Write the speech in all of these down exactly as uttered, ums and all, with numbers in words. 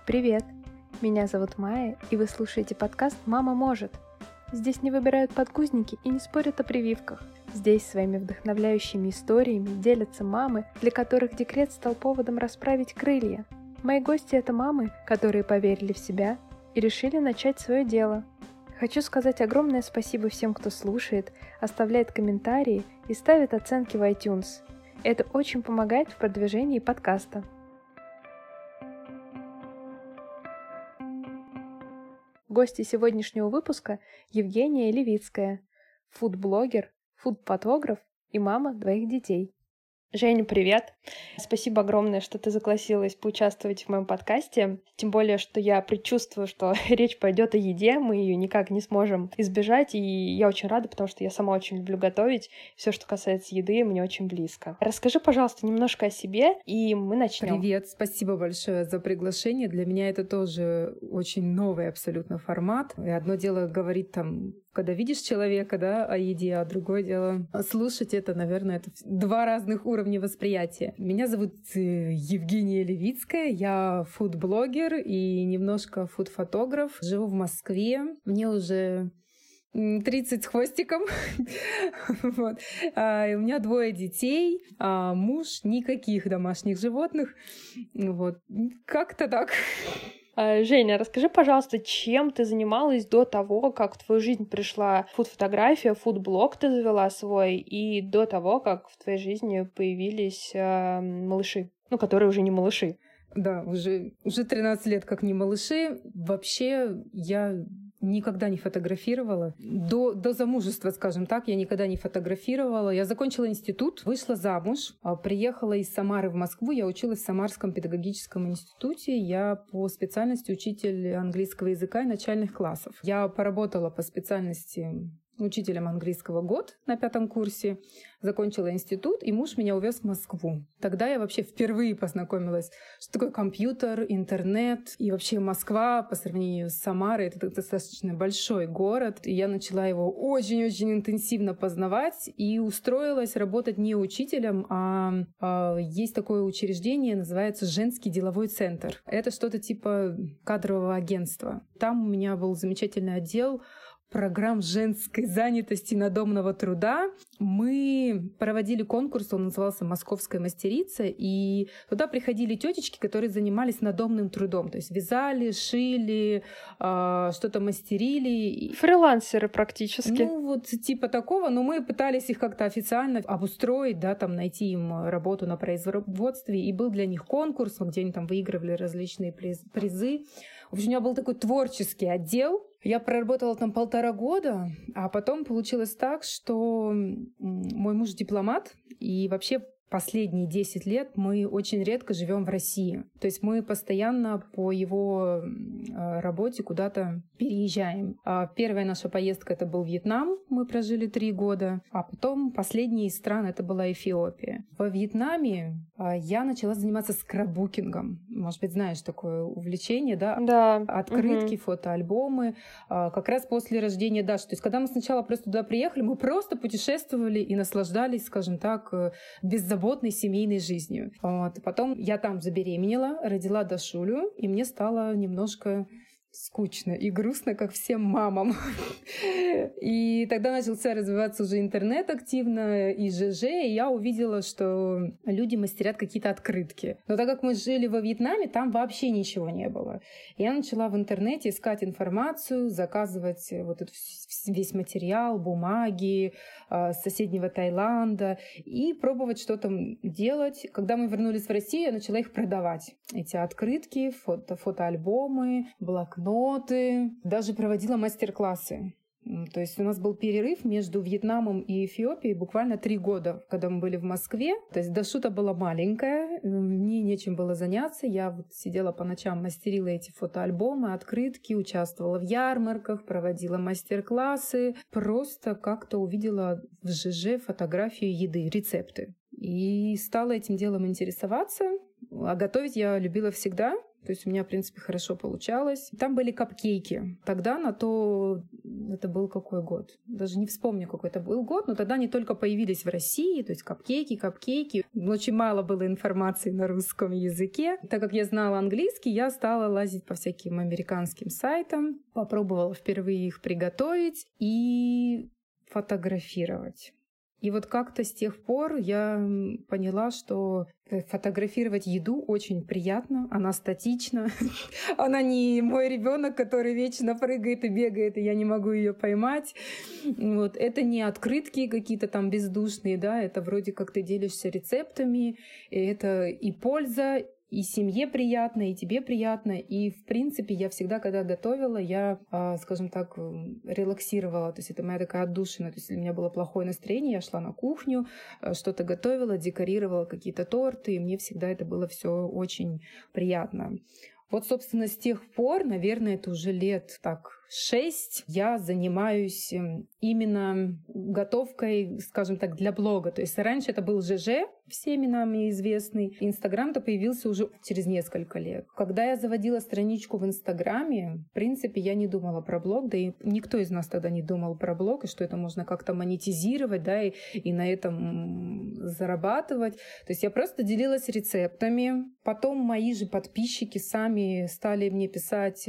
Привет! Меня зовут Майя, и вы слушаете подкаст «Мама может». Здесь не выбирают подгузники и не спорят о прививках. Здесь своими вдохновляющими историями делятся мамы, для которых декрет стал поводом расправить крылья. Мои гости — это мамы, которые поверили в себя и решили начать свое дело. Хочу сказать огромное спасибо всем, кто слушает, оставляет комментарии и ставит оценки в iTunes. Это очень помогает в продвижении подкаста. Гости сегодняшнего выпуска — Евгения Левицкая, фуд-блогер, фуд-фотограф и мама двоих детей. Женя, привет! Спасибо огромное, что ты согласилась поучаствовать в моем подкасте. Тем более, что я предчувствую, что речь пойдет о еде, мы ее никак не сможем избежать, и я очень рада, потому что я сама очень люблю готовить. Все, что касается еды, мне очень близко. Расскажи, пожалуйста, немножко о себе, и мы начнем. Привет, спасибо большое за приглашение. Для меня это тоже очень новый абсолютно формат. И одно дело говорить там, когда видишь человека, да, о еде, а другое дело слушать это, наверное, это два разных уровня восприятия. Меня зовут Евгения Левицкая, я фуд-блогер и немножко фуд-фотограф. Живу в Москве. Мне уже тридцать с хвостиком. Вот. А, у меня двое детей, а муж, никаких домашних животных. Вот. Как-то так. Женя, расскажи, пожалуйста, чем ты занималась до того, как в твою жизнь пришла фуд-фотография, фуд-блог ты завела свой, и до того, как в твоей жизни появились э, малыши, ну, которые уже не малыши. Да, уже, уже тринадцать лет как не малыши. Вообще я никогда не фотографировала. До, до замужества, скажем так, я никогда не фотографировала. Я закончила институт, вышла замуж, приехала из Самары в Москву. Я училась в Самарском педагогическом институте. Я по специальности учитель английского языка и начальных классов. Я поработала по специальности учителем английского год на пятом курсе, закончила институт, и муж меня увез в Москву. Тогда я вообще впервые познакомилась, что такое компьютер, интернет, и вообще Москва по сравнению с Самарой — это достаточно большой город, и я начала его очень-очень интенсивно познавать и устроилась работать не учителем, а, а есть такое учреждение, называется «Женский деловой центр». Это что-то типа кадрового агентства. Там у меня был замечательный отдел программ женской занятости надомного труда. Мы проводили конкурс, он назывался «Московская мастерица», и туда приходили тетечки, которые занимались надомным трудом, то есть вязали, шили, что-то мастерили. Фрилансеры практически. Ну, вот типа такого, но мы пытались их как-то официально обустроить, да, там найти им работу на производстве, и был для них конкурс, где они там выигрывали различные призы. В общем, у меня был такой творческий отдел. Я проработала там полтора года, а потом получилось так, что мой муж дипломат, и вообще последние десять лет мы очень редко живем в России. То есть мы постоянно по его работе куда-то переезжаем. Первая наша поездка — это был Вьетнам, мы прожили три года, а потом последняя из стран — это была Эфиопия. Во Вьетнаме я начала заниматься скраббукингом. Может быть, знаешь такое увлечение, да? Да. Открытки, угу. фотоальбомы. Как раз после рождения Даши. То есть когда мы сначала просто туда приехали, мы просто путешествовали и наслаждались, скажем так, беззаботной семейной жизнью. Вот. Потом я там забеременела, родила Дашулю, и мне стало немножко скучно и грустно, как всем мамам. И тогда начался развиваться уже интернет активно, и ЖЖ, и я увидела, что люди мастерят какие-то открытки. Но так как мы жили во Вьетнаме, там вообще ничего не было. Я начала в интернете искать информацию, заказывать вот этот весь материал, бумаги с соседнего Таиланда и пробовать что-то делать. Когда мы вернулись в Россию, я начала их продавать. Эти открытки, фото, фотоальбомы, блокноты. Даже проводила мастер-классы. То есть у нас был перерыв между Вьетнамом и Эфиопией буквально три года, когда мы были в Москве. То есть Дашута была маленькая, мне нечем было заняться. Я вот сидела по ночам, мастерила эти фотоальбомы, открытки, участвовала в ярмарках, проводила мастер-классы. Просто как-то увидела в ЖЖ фотографию еды, рецепты. И стала этим делом интересоваться. А готовить я любила всегда. То есть у меня, в принципе, хорошо получалось. Там были капкейки. Тогда на то это был какой год? Даже не вспомню, какой это был год, но тогда они только появились в России, то есть капкейки, капкейки. Очень мало было информации на русском языке. Так как я знала английский, я стала лазить по всяким американским сайтам, попробовала впервые их приготовить и фотографировать. И вот как-то с тех пор я поняла, что фотографировать еду очень приятно, она статична, она не мой ребенок, который вечно прыгает и бегает, и я не могу ее поймать. Вот. Это не открытки какие-то там бездушные, да, это вроде как ты делишься рецептами, и это и польза, и семье приятно, и тебе приятно. И, в принципе, я всегда, когда готовила, я, скажем так, релаксировала. То есть это моя такая отдушина. То есть если у меня было плохое настроение, я шла на кухню, что-то готовила, декорировала какие-то торты, и мне всегда это было все очень приятно. Вот, собственно, с тех пор, наверное, это уже лет так шесть, я занимаюсь именно готовкой, скажем так, для блога. То есть раньше это был ЖЖ, всеми нами известный. Инстаграм-то появился уже через несколько лет. Когда я заводила страничку в Инстаграме, в принципе, я не думала про блог, да и никто из нас тогда не думал про блог, и что это можно как-то монетизировать, да, и, и на этом зарабатывать. То есть я просто делилась рецептами. Потом мои же подписчики сами стали мне писать,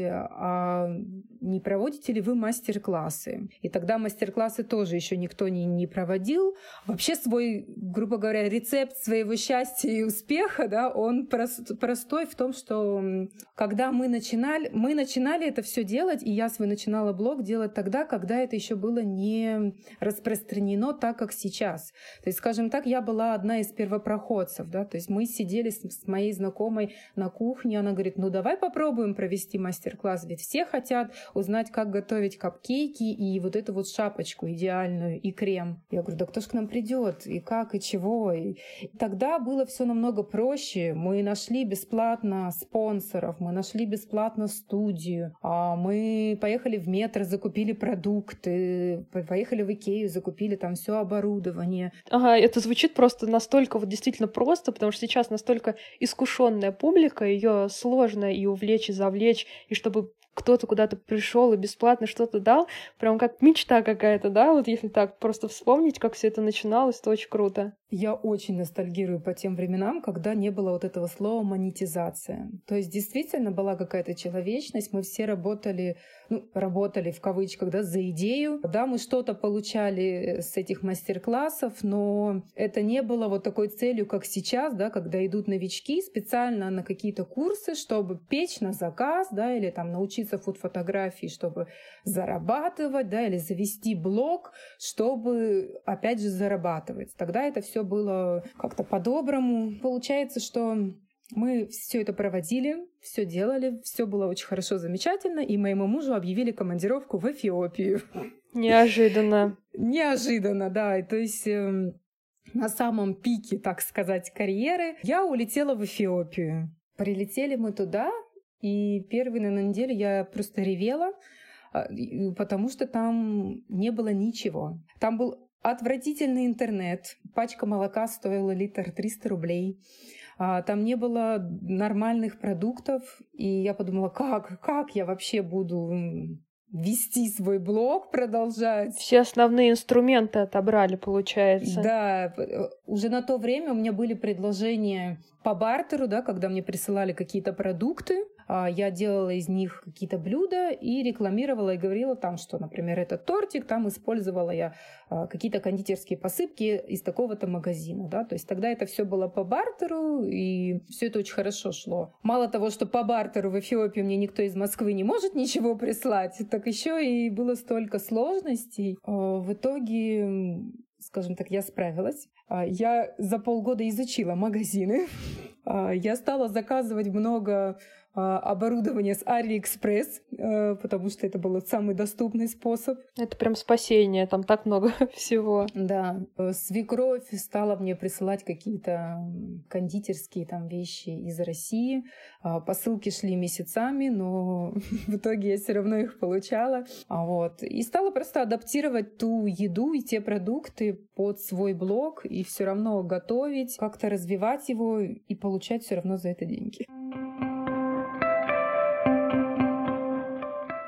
а не проводите ли вы мастер-классы? И тогда мастер-классы тоже еще никто не, не проводил. Вообще свой, грубо говоря, рецепт своего счастья и успеха, да, он прост, простой в том, что когда мы начинали, мы начинали это все делать, и я свой начинала блог делать тогда, когда это еще было не распространено так, как сейчас. То есть, скажем так, я была одна из первопроходцев, да, то есть мы сидели с, с моей знакомой на кухне, она говорит, ну давай попробуем провести мастер-класс, ведь все хотят узнать, как готовить капкейки и вот эту вот шапочку идеальную и крем. Я говорю, да кто ж к нам придет, и как, и чего. И тогда было все намного проще. Мы нашли бесплатно спонсоров, мы нашли бесплатно студию, мы поехали в метро, закупили продукты, поехали в Икею, закупили там все оборудование. Ага, это звучит просто настолько вот действительно просто, потому что сейчас настолько искушенная публика, ее сложно и увлечь, и завлечь, и чтобы кто-то куда-то пришел и бесплатно что-то дал, прям как мечта какая-то, да, вот если так просто вспомнить, как все это начиналось, то очень круто. Я очень ностальгирую по тем временам, когда не было вот этого слова монетизация. То есть действительно была какая-то человечность, мы все работали, ну, работали в кавычках, да, за идею. Да, мы что-то получали с этих мастер-классов, но это не было вот такой целью, как сейчас, да, когда идут новички специально на какие-то курсы, чтобы печь на заказ, да, или там научиться фуд-фотографии, чтобы зарабатывать, да, или завести блог, чтобы, опять же, зарабатывать. Тогда это все было как-то по-доброму. Получается, что мы все это проводили, все делали, все было очень хорошо, замечательно, и моему мужу объявили командировку в Эфиопию. Неожиданно. Неожиданно, да. То есть э, на самом пике, так сказать, карьеры я улетела в Эфиопию. Прилетели мы туда, и первые, наверное, недели я просто ревела, потому что там не было ничего. Там был отвратительный интернет. Пачка молока стоила литр триста рублей. Там не было нормальных продуктов. И я подумала, как, как я вообще буду вести свой блог, продолжать. Все основные инструменты отобрали, получается. Да, уже на то время у меня были предложения по бартеру, да, когда мне присылали какие-то продукты. Я делала из них какие-то блюда и рекламировала, и говорила там, что, например, этот тортик, там использовала я какие-то кондитерские посыпки из такого-то магазина. Да? То есть тогда это все было по бартеру, и все это очень хорошо шло. Мало того, что по бартеру в Эфиопию мне никто из Москвы не может ничего прислать, так еще и было столько сложностей. В итоге, скажем так, я справилась. Я за полгода изучила магазины. Я стала заказывать много оборудование с AliExpress, потому что это был самый доступный способ. Это прям спасение, там так много всего. Да. Свекровь стала мне присылать какие-то кондитерские там вещи из России. Посылки шли месяцами, но в итоге я все равно их получала. Вот. И стала просто адаптировать ту еду и те продукты под свой блог, и все равно готовить, как-то развивать его и получать все равно за это деньги.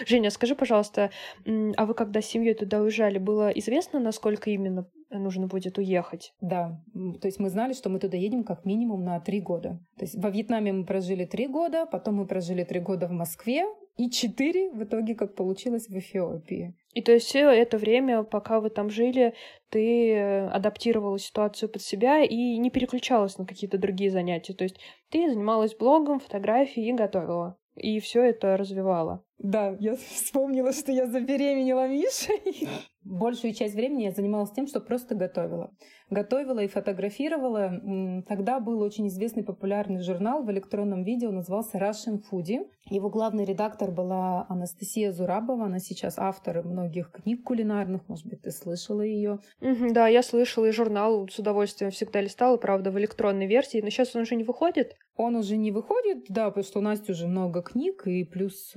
Женя, скажи, пожалуйста, а вы когда с семьей туда уезжали, было известно, насколько именно нужно будет уехать? Да, то есть мы знали, что мы туда едем как минимум на три года. То есть во Вьетнаме мы прожили три года, потом мы прожили три года в Москве, и четыре в итоге, как получилось, в Эфиопии. И то есть все это время, пока вы там жили, ты адаптировала ситуацию под себя и не переключалась на какие-то другие занятия. То есть ты занималась блогом, фотографией и готовила. И все это развивала. Да, я вспомнила, что я забеременела Мишей. Большую часть времени я занималась тем, что просто готовила. Готовила и фотографировала. Тогда был очень известный популярный журнал в электронном видео, назывался Russian Foodie. Его главный редактор была Анастасия Зурабова. Она сейчас автор многих книг кулинарных. Может быть, ты слышала ее? Mm-hmm, да, я слышала, и журнал с удовольствием всегда листала, правда, в электронной версии. Но сейчас он уже не выходит? Он уже не выходит, да, потому что у Насти уже много книг и плюс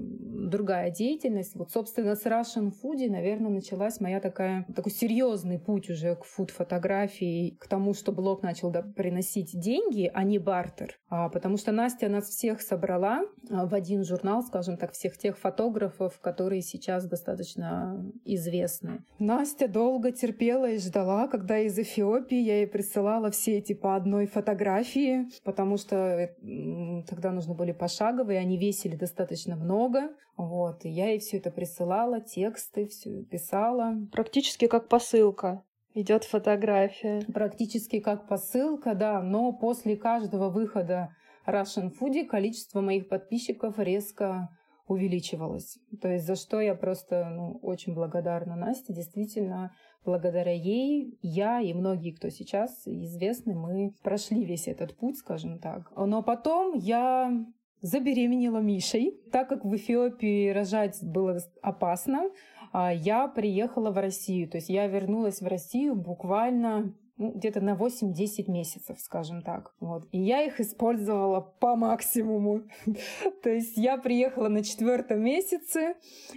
другая деятельность. Вот, собственно, с Russian Foodie, наверное, началась моя такая, такой серьезный путь уже к фуд-фотографии, к тому, что блог начал да, приносить деньги, а не бартер. А, потому что Настя нас всех собрала в один журнал, скажем так, всех тех фотографов, которые сейчас достаточно известны. Настя долго терпела и ждала, когда из Эфиопии я ей присылала все эти по одной фотографии, потому что тогда нужны были пошаговые, они весили достаточно много. Вот, и я ей все это присылала, тексты, все писала. Практически как посылка. Идет фотография. Практически как посылка, да. Но после каждого выхода Russian Foodie количество моих подписчиков резко увеличивалось. То есть за что я просто ну, очень благодарна Насте. Действительно, благодаря ей я и многие, кто сейчас известны, мы прошли весь этот путь, скажем так. Но потом я забеременела Мишей. Так как в Эфиопии рожать было опасно, я приехала в Россию. То есть я вернулась в Россию буквально ну, где-то на восемь-десять месяцев, скажем так. Вот. И я их использовала по максимуму. То есть я приехала на четвертом месяце,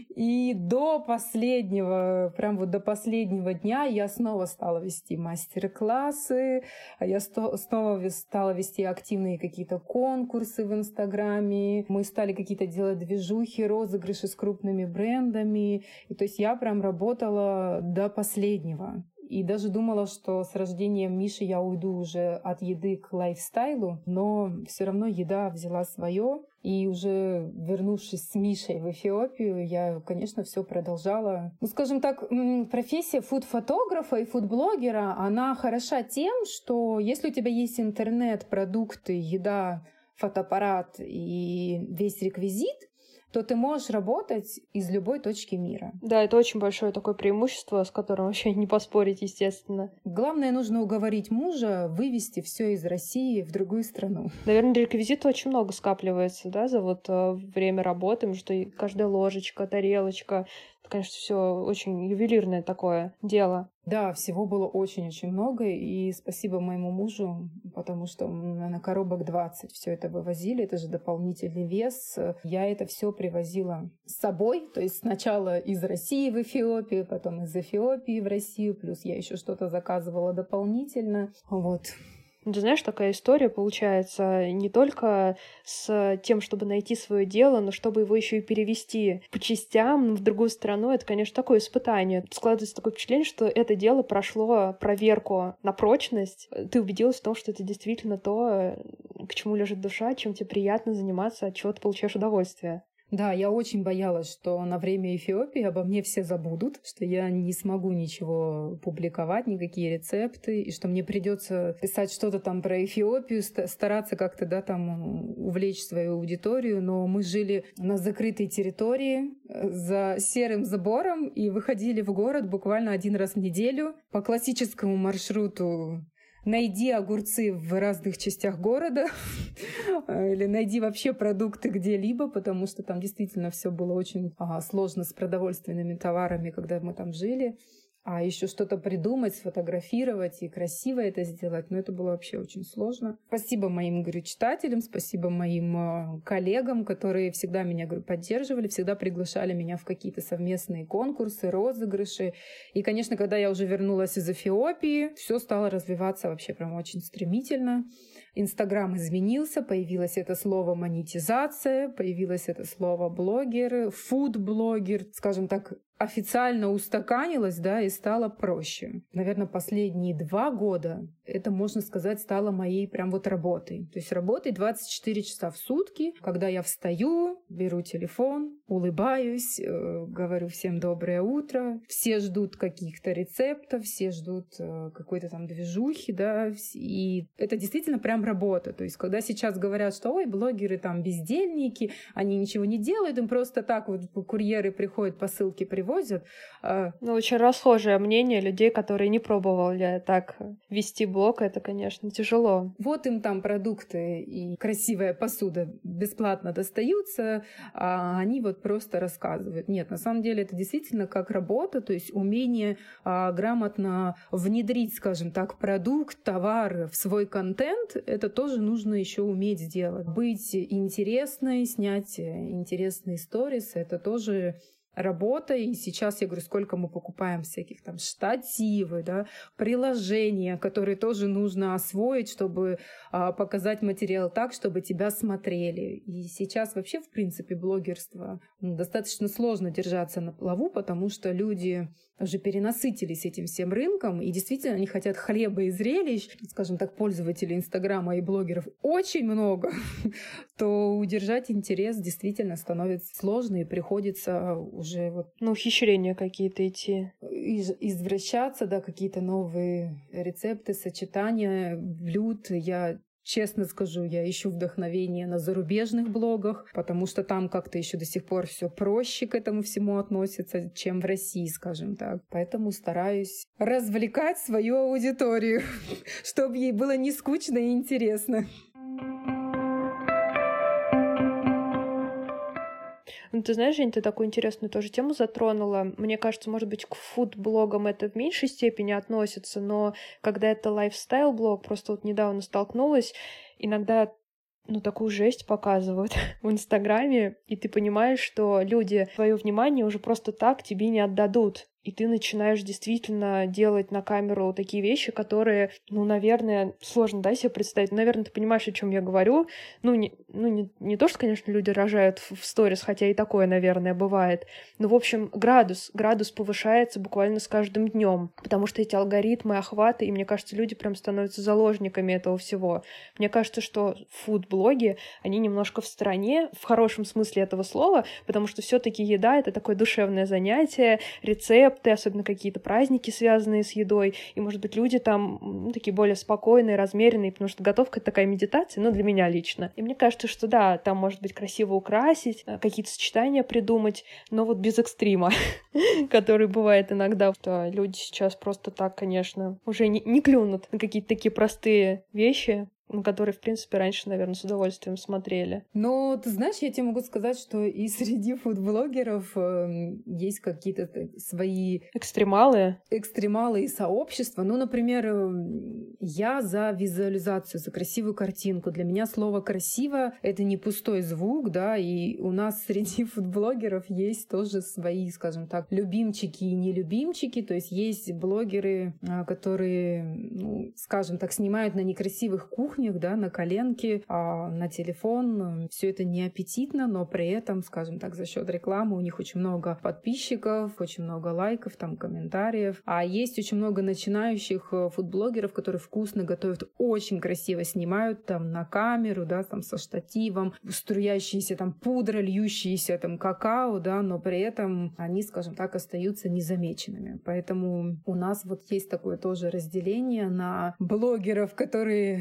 и до последнего, прям вот до последнего дня я снова стала вести мастер-классы, я снова стала вести активные какие-то конкурсы в Инстаграме, мы стали какие-то делать движухи, розыгрыши с крупными брендами. И, то есть я прям работала до последнего. И даже думала, что с рождением Миши я уйду уже от еды к лайфстайлу, но все равно еда взяла свое. И уже вернувшись с Мишей в Эфиопию, я, конечно, все продолжала. Ну, скажем так, профессия фуд-фотографа и фуд-блогера, она хороша тем, что если у тебя есть интернет, продукты, еда, фотоаппарат и весь реквизит, то ты можешь работать из любой точки мира. Да, это очень большое такое преимущество, с которым вообще не поспорить, естественно. Главное, нужно уговорить мужа вывести все из России в другую страну. Наверное, реквизита очень много скапливается, да, за вот э, время работы, потому что каждая ложечка, тарелочка, это, конечно, все очень ювелирное такое дело. Да, всего было очень-очень много, и спасибо моему мужу, потому что, наверное, коробок двадцать все это вывозили, это же дополнительный вес. Я это все привозила с собой, то есть сначала из России в Эфиопию, потом из Эфиопии в Россию, плюс я еще что-то заказывала дополнительно, вот. Ты знаешь, такая история получается не только с тем, чтобы найти свое дело, но чтобы его еще и перевести по частям в другую страну. Это, конечно, такое испытание. Складывается такое впечатление, что это дело прошло проверку на прочность. Ты убедилась в том, что это действительно то, к чему лежит душа, чем тебе приятно заниматься, от чего ты получаешь удовольствие. Да, я очень боялась, что на время Эфиопии обо мне все забудут, что я не смогу ничего публиковать, никакие рецепты, и что мне придется писать что-то там про Эфиопию, стараться как-то, да, там увлечь свою аудиторию. Но мы жили на закрытой территории за серым забором и выходили в город буквально один раз в неделю по классическому маршруту. Найди огурцы в разных частях города или найди вообще продукты где-либо, потому что там действительно все было очень ага, сложно с продовольственными товарами, когда мы там жили. а еще что-то придумать, сфотографировать и красиво это сделать, но это было вообще очень сложно. Спасибо моим, говорю, читателям, спасибо моим коллегам, которые всегда меня, говорю, поддерживали, всегда приглашали меня в какие-то совместные конкурсы, розыгрыши. И, конечно, когда я уже вернулась из Эфиопии, все стало развиваться вообще прям очень стремительно. Инстаграм изменился, появилось это слово монетизация, появилось это слово блогер, фуд-блогер, скажем так, официально устаканилось, да, и стало проще. Наверное, последние два года это, можно сказать, стало моей прям вот работой. То есть работой двадцать четыре часа в сутки, когда я встаю, беру телефон, улыбаюсь, э, говорю всем доброе утро, все ждут каких-то рецептов, все ждут э, какой-то там движухи, да, и это действительно прям работа. То есть когда сейчас говорят, что ой, блогеры там бездельники, они ничего не делают, им просто так вот курьеры приходят, посылки привозят. Ну, очень расхожее мнение людей, которые не пробовали так вести блог, это, конечно, тяжело. Вот им там продукты и красивая посуда бесплатно достаются, а они вот просто рассказывают. Нет, на самом деле это действительно как работа, то есть умение а, грамотно внедрить, скажем так, продукт, товар в свой контент, это тоже нужно еще уметь сделать. Быть интересной, снять интересные сторис, это тоже работа, и сейчас я говорю, сколько мы покупаем всяких там штативы, да, приложения, которые тоже нужно освоить, чтобы а, показать материал так, чтобы тебя смотрели. И сейчас вообще, в принципе, блогерство ну, достаточно сложно держаться на плаву, потому что люди уже перенасытились этим всем рынком, и действительно они хотят хлеба и зрелищ, скажем так, пользователей Инстаграма и блогеров очень много, то удержать интерес действительно становится сложно, и приходится уже вот... Ну, ухищрения какие-то идти. Из- извращаться, да, какие-то новые рецепты, сочетания блюд. Я честно скажу, я ищу вдохновение на зарубежных блогах, потому что там как-то еще до сих пор все проще к этому всему относится, чем в России, скажем так. Поэтому стараюсь развлекать свою аудиторию, чтобы ей было не скучно и интересно. Ну, ты знаешь, Жень, ты такую интересную тоже тему затронула. Мне кажется, может быть, к фуд-блогам это в меньшей степени относится, но когда это лайфстайл-блог, просто вот недавно столкнулась, иногда ну, такую жесть показывают в Инстаграме, и ты понимаешь, что люди твое внимание уже просто так тебе не отдадут. И ты начинаешь действительно делать на камеру такие вещи, которые, ну, наверное, сложно, да, себе представить. Наверное, ты понимаешь, о чем я говорю. Ну, не, ну, не, не то, что, конечно, люди рожают в сторис, хотя и такое, наверное, бывает. Но, в общем, градус, градус повышается буквально с каждым днем, потому что эти алгоритмы, охваты, и мне кажется, люди прям становятся заложниками этого всего. Мне кажется, что фуд-блоги, они немножко в стороне, в хорошем смысле этого слова, потому что все-таки еда — это такое душевное занятие, рецепт, особенно какие-то праздники, связанные с едой, и, может быть, люди там ну, такие более спокойные, размеренные, потому что готовка — это такая медитация, ну, для меня лично. И мне кажется, что да, там, может быть, красиво украсить, какие-то сочетания придумать, но вот без экстрима, который бывает иногда, что люди сейчас просто так, конечно, уже не, не клюнут на какие-то такие простые вещи, на которые, в принципе, раньше, наверное, с удовольствием смотрели. Но ты знаешь, я тебе могу сказать, что и среди фудблогеров э, есть какие-то свои... Экстремалы? Экстремалы и сообщества. Ну, например, я за визуализацию, за красивую картинку. Для меня слово «красиво» — это не пустой звук, да, и у нас среди фудблогеров есть тоже свои, скажем так, любимчики и нелюбимчики. То есть есть блогеры, которые, ну, скажем так, снимают на некрасивых кухнях, да, на коленке, а на телефон. Все это неаппетитно, но при этом, скажем так, за счет рекламы у них очень много подписчиков, очень много лайков, там, комментариев. А есть очень много начинающих фудблогеров, которые вкусно готовят, очень красиво снимают там на камеру, да, там со штативом, струящиеся там пудра, льющиеся там какао, да, но при этом они, скажем так, остаются незамеченными. Поэтому у нас вот есть такое тоже разделение на блогеров, которые на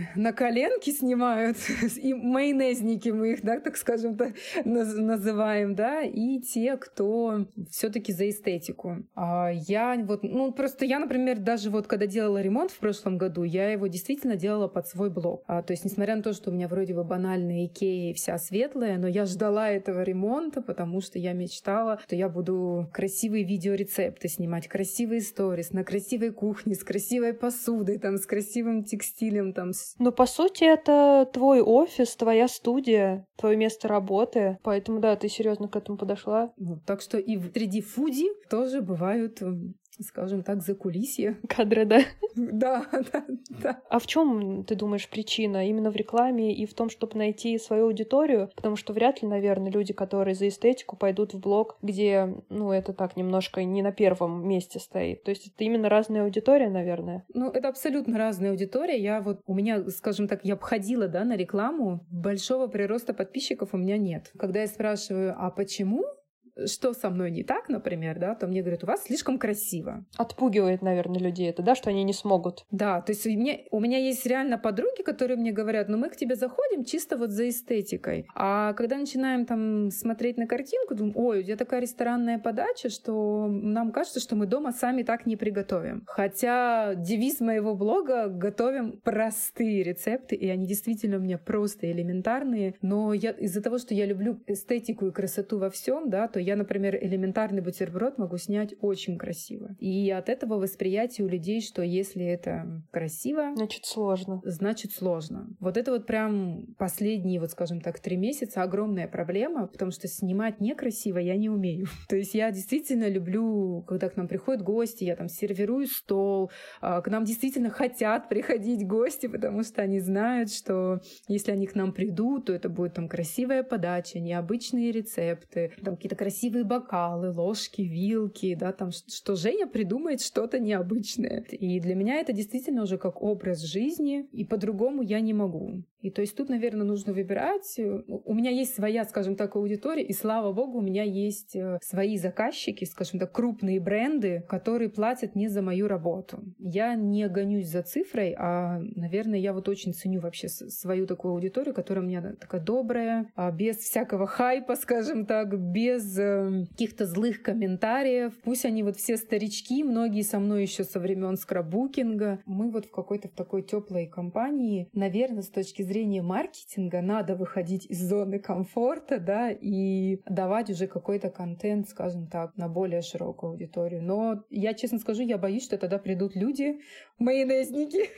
коленки снимают, и майонезники мы их, да, так скажем, так называем, да, и те, кто все-таки за эстетику. А я вот, ну просто я, например, даже вот когда делала ремонт в прошлом году, я его действительно делала под свой блог. А, то есть, несмотря на то, что у меня вроде бы банальная Икея и вся светлая, но я ждала этого ремонта, потому что я мечтала, что я буду красивые видеорецепты снимать, красивые сторис на красивой кухне, с красивой посудой, там, с красивым текстилем. Там. Ну, по сути, это твой офис, твоя студия, твое место работы, поэтому, да, ты серьезно к этому подошла. Вот, так что и среди фуди тоже бывают, скажем так, закулисье. Кадры, да? Да, да, да. А в чем, ты думаешь, причина? Именно в рекламе и в том, чтобы найти свою аудиторию? Потому что вряд ли, наверное, люди, которые за эстетику, пойдут в блог, где, ну, это так немножко не на первом месте стоит. То есть это именно разная аудитория, наверное? Ну, это абсолютно разная аудитория. Я вот, у меня, скажем так, я обходила, да, на рекламу, большого прироста подписчиков у меня нет. Когда я спрашиваю, а почему? Что со мной не так, например, да, то мне говорят, у вас слишком красиво. Отпугивает, наверное, людей это, да, что они не смогут. Да, то есть у меня, у меня есть реально подруги, которые мне говорят, ну мы к тебе заходим чисто вот за эстетикой. А когда начинаем там смотреть на картинку, думаю, ой, у тебя такая ресторанная подача, что нам кажется, что мы дома сами так не приготовим. Хотя девиз моего блога — готовим простые рецепты, и они действительно у меня просто элементарные. Но я, из-за того, что я люблю эстетику и красоту во всем, да, то я, например, элементарный бутерброд могу снять очень красиво. И от этого восприятия у людей, что если это красиво... Значит, сложно. Значит, сложно. Вот это вот прям последние, вот скажем так, три месяца огромная проблема, потому что снимать некрасиво я не умею. То есть я действительно люблю, когда к нам приходят гости, я там сервирую стол, к нам действительно хотят приходить гости, потому что они знают, что если они к нам придут, то это будет там красивая подача, необычные рецепты, там какие-то красивые красивые бокалы, ложки, вилки, да, там, что Женя придумает что-то необычное. И для меня это действительно уже как образ жизни, и по-другому я не могу. И то есть тут, наверное, нужно выбирать. У меня есть своя, скажем так, аудитория, и слава богу, у меня есть свои заказчики, скажем так, крупные бренды, которые платят мне за мою работу. Я не гонюсь за цифрой, а, наверное, я вот очень ценю вообще свою такую аудиторию, которая у меня такая добрая, без всякого хайпа, скажем так, без каких-то злых комментариев. Пусть они вот все старички, многие со мной еще со времен скраббукинга. Мы вот в какой-то в такой теплой компании, наверное, с точки зрения маркетинга надо выходить из зоны комфорта, да, и давать уже какой-то контент, скажем так, на более широкую аудиторию. Но я, честно скажу, я боюсь, что тогда придут люди, майонезники.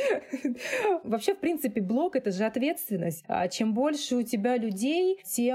Вообще, в принципе, блог — это же ответственность. А чем больше у тебя людей,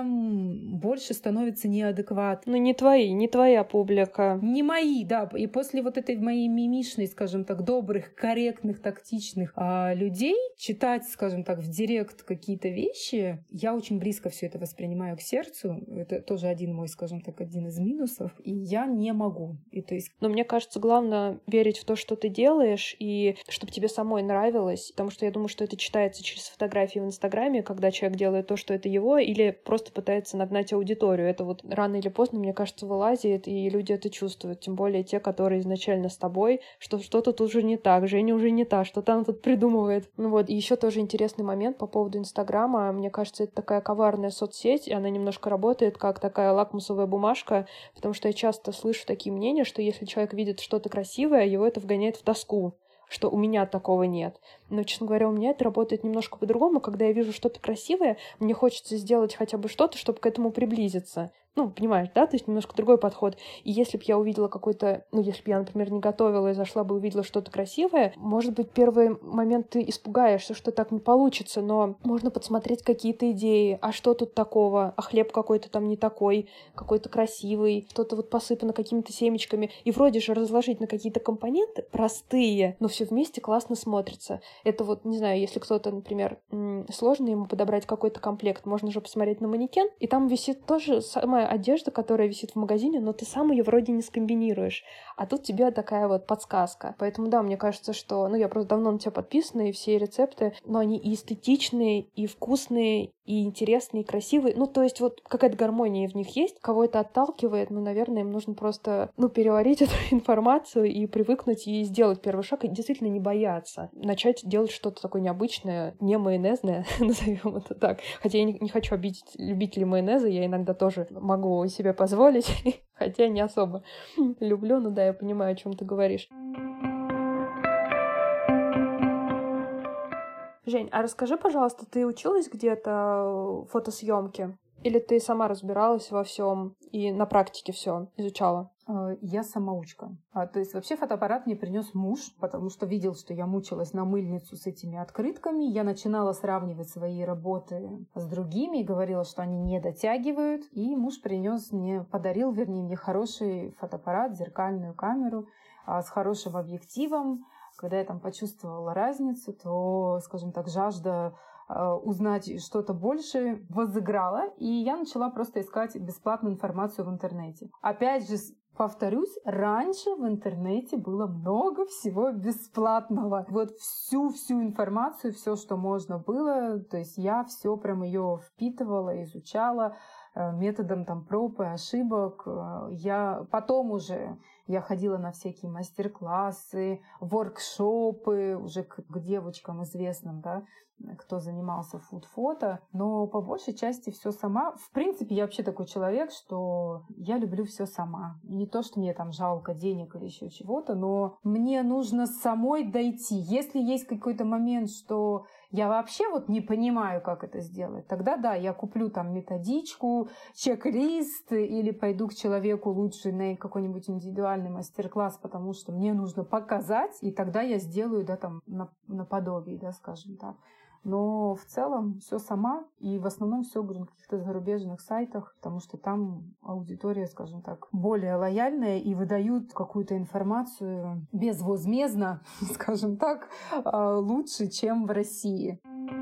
тем больше становится неадекват. Ну, не твои, не твоя публика. Не мои, да. И после вот этой моей мимишной, скажем так, добрых, корректных, тактичных а, людей читать, скажем так, в директ какие-то вещи, я очень близко все это воспринимаю к сердцу. Это тоже один мой, скажем так, один из минусов. И я не могу. И то есть... Но мне кажется, главное верить в то, что ты делаешь, и чтобы тебе самой нравилось. Потому что я думаю, что это читается через фотографии в Инстаграме, когда человек делает то, что это его, или просто пытается нагнать аудиторию. Это вот рано или поздно, мне кажется, вылазит, и люди это чувствуют. Тем более те, которые изначально с тобой, что что-то тут уже не так, Женя уже не та, что там тут придумывает. Ну вот, и еще тоже интересный момент по поводу Инстаграма. Мне кажется, это такая коварная соцсеть, и она немножко работает как такая лакмусовая бумажка, потому что я часто слышу такие мнения, что если человек видит что-то красивое, его это вгоняет в тоску, что у меня такого нет. Но, честно говоря, у меня это работает немножко по-другому. Когда я вижу что-то красивое, мне хочется сделать хотя бы что-то, чтобы к этому приблизиться. Ну, понимаешь, да? То есть немножко другой подход. И если бы я увидела какой-то... Ну, если бы я, например, не готовила и зашла бы и увидела что-то красивое, может быть, первый момент ты испугаешься, что так не получится, но можно подсмотреть какие-то идеи. А что тут такого? А хлеб какой-то там не такой, какой-то красивый, что-то вот посыпано какими-то семечками. И вроде же разложить на какие-то компоненты простые, но все вместе классно смотрится. Это вот, не знаю, если кто-то, например, сложно ему подобрать какой-то комплект, можно же посмотреть на манекен, и там висит тоже самая самая одежда, которая висит в магазине, но ты сам ее вроде не скомбинируешь. А тут тебе такая вот подсказка. Поэтому да, мне кажется, что... Ну, я просто давно на тебя подписана, и все рецепты, но они и эстетичные, и вкусные, и интересные, и красивые. Ну, то есть вот какая-то гармония в них есть. Кого это отталкивает, ну, наверное, им нужно просто, ну, переварить эту информацию и привыкнуть, и сделать первый шаг, и действительно не бояться. Начать делать что-то такое необычное, не майонезное, назовем это так. Хотя я не, не хочу обидеть любителей майонеза, я иногда тоже могу себе позволить, хотя не особо люблю, но да, я понимаю, о чем ты говоришь. Жень, а расскажи, пожалуйста, ты училась где-то фотосъемке? Или ты сама разбиралась во всем и на практике все изучала? Я самоучка. А, то есть вообще фотоаппарат мне принес муж, потому что видел, что я мучилась на мыльницу с этими открытками. Я начинала сравнивать свои работы с другими и говорила, что они не дотягивают. И муж принес мне, подарил, вернее, мне хороший фотоаппарат, зеркальную камеру а, с хорошим объективом. Когда я там почувствовала разницу, то, скажем так, жажда узнать что-то больше возыграла, и я начала просто искать бесплатную информацию в интернете. Опять же, повторюсь, раньше в интернете было много всего бесплатного. Вот всю-всю информацию, все, что можно было, то есть я все прям ее впитывала, изучала методом там проб и ошибок. Я потом уже я ходила на всякие мастер-классы, воркшопы уже к, к девочкам известным, да, кто занимался фуд-фото, но по большей части все сама. В принципе, я вообще такой человек, что я люблю все сама. Не то, что мне там жалко денег или еще чего-то, но мне нужно самой дойти. Если есть какой-то момент, что я вообще вот не понимаю, как это сделать, тогда да, я куплю там методичку, чек-лист или пойду к человеку лучше на какой-нибудь индивидуальный мастер-класс, потому что мне нужно показать, и тогда я сделаю, да, там, наподобие, да, скажем так. Но в целом все сама, и в основном все говорю на каких-то зарубежных сайтах, потому что там аудитория, скажем так, более лояльная и выдают какую-то информацию безвозмездно, скажем так, лучше, чем в России.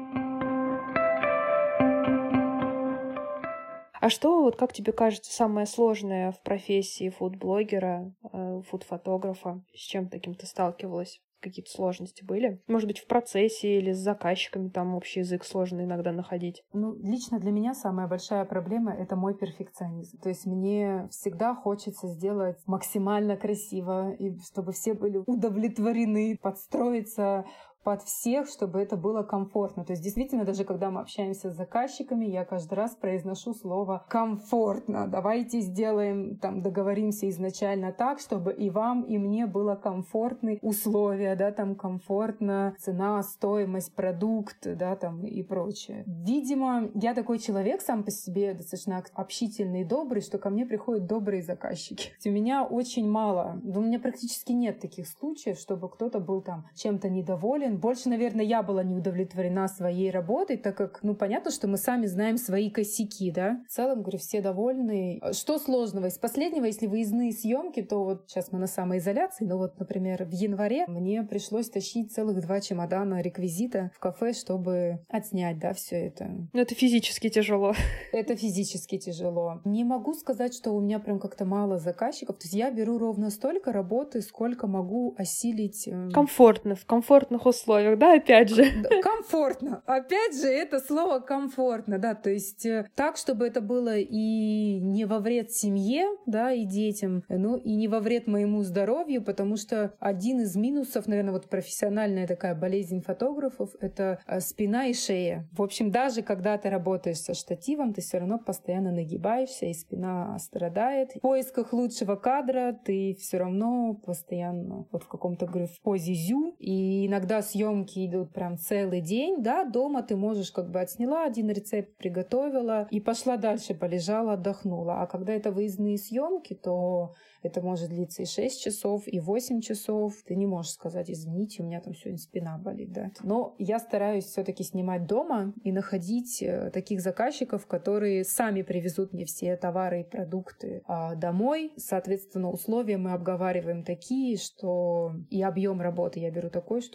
А что, вот как тебе кажется, самое сложное в профессии фуд-блогера, фуд-фотографа? С чем таким ты сталкивалась? Какие-то сложности были? Может быть, в процессе или с заказчиками там общий язык сложно иногда находить? Ну, лично для меня самая большая проблема — это мой перфекционизм. То есть мне всегда хочется сделать максимально красиво, и чтобы все были удовлетворены, подстроиться под всех, чтобы это было комфортно. То есть действительно, даже когда мы общаемся с заказчиками, я каждый раз произношу слово «комфортно». Давайте сделаем, там, договоримся изначально так, чтобы и вам, и мне было комфортные условия, да, там, комфортно, цена, стоимость, продукт, да, там, и прочее. Видимо, я такой человек сам по себе достаточно общительный и добрый, что ко мне приходят добрые заказчики. У меня очень мало, у меня практически нет таких случаев, чтобы кто-то был там чем-то недоволен. Больше, наверное, я была не удовлетворена своей работой, так как, ну, понятно, что мы сами знаем свои косяки, да. В целом, говорю, все довольны. Что сложного? Из последнего, если выездные съемки, то вот сейчас мы на самоизоляции, но вот, например, в январе мне пришлось тащить целых два чемодана реквизита в кафе, чтобы отснять, да, все это. Ну, это физически тяжело. Это физически тяжело. Не могу сказать, что у меня прям как-то мало заказчиков. То есть я беру ровно столько работы, сколько могу осилить. Комфортно, в комфортных условиях. условиях, да, опять же. Комфортно. Опять же, это слово комфортно, да, то есть так, чтобы это было и не во вред семье, да, и детям, ну, и не во вред моему здоровью, потому что один из минусов, наверное, вот профессиональная такая болезнь фотографов — это спина и шея. В общем, даже когда ты работаешь со штативом, ты все равно постоянно нагибаешься, и спина страдает. В поисках лучшего кадра ты все равно постоянно вот в каком-то, говорю, в позе зю, и иногда съемки идут прям целый день, да, дома ты можешь как бы отсняла один рецепт, приготовила и пошла дальше, полежала, отдохнула. А когда это выездные съемки, то это может длиться и шесть часов, и восемь часов. Ты не можешь сказать: извините, у меня там сегодня спина болит, да. Но я стараюсь все-таки снимать дома и находить таких заказчиков, которые сами привезут мне все товары и продукты домой. Соответственно, условия мы обговариваем такие, что и объем работы я беру такой, чтобы это было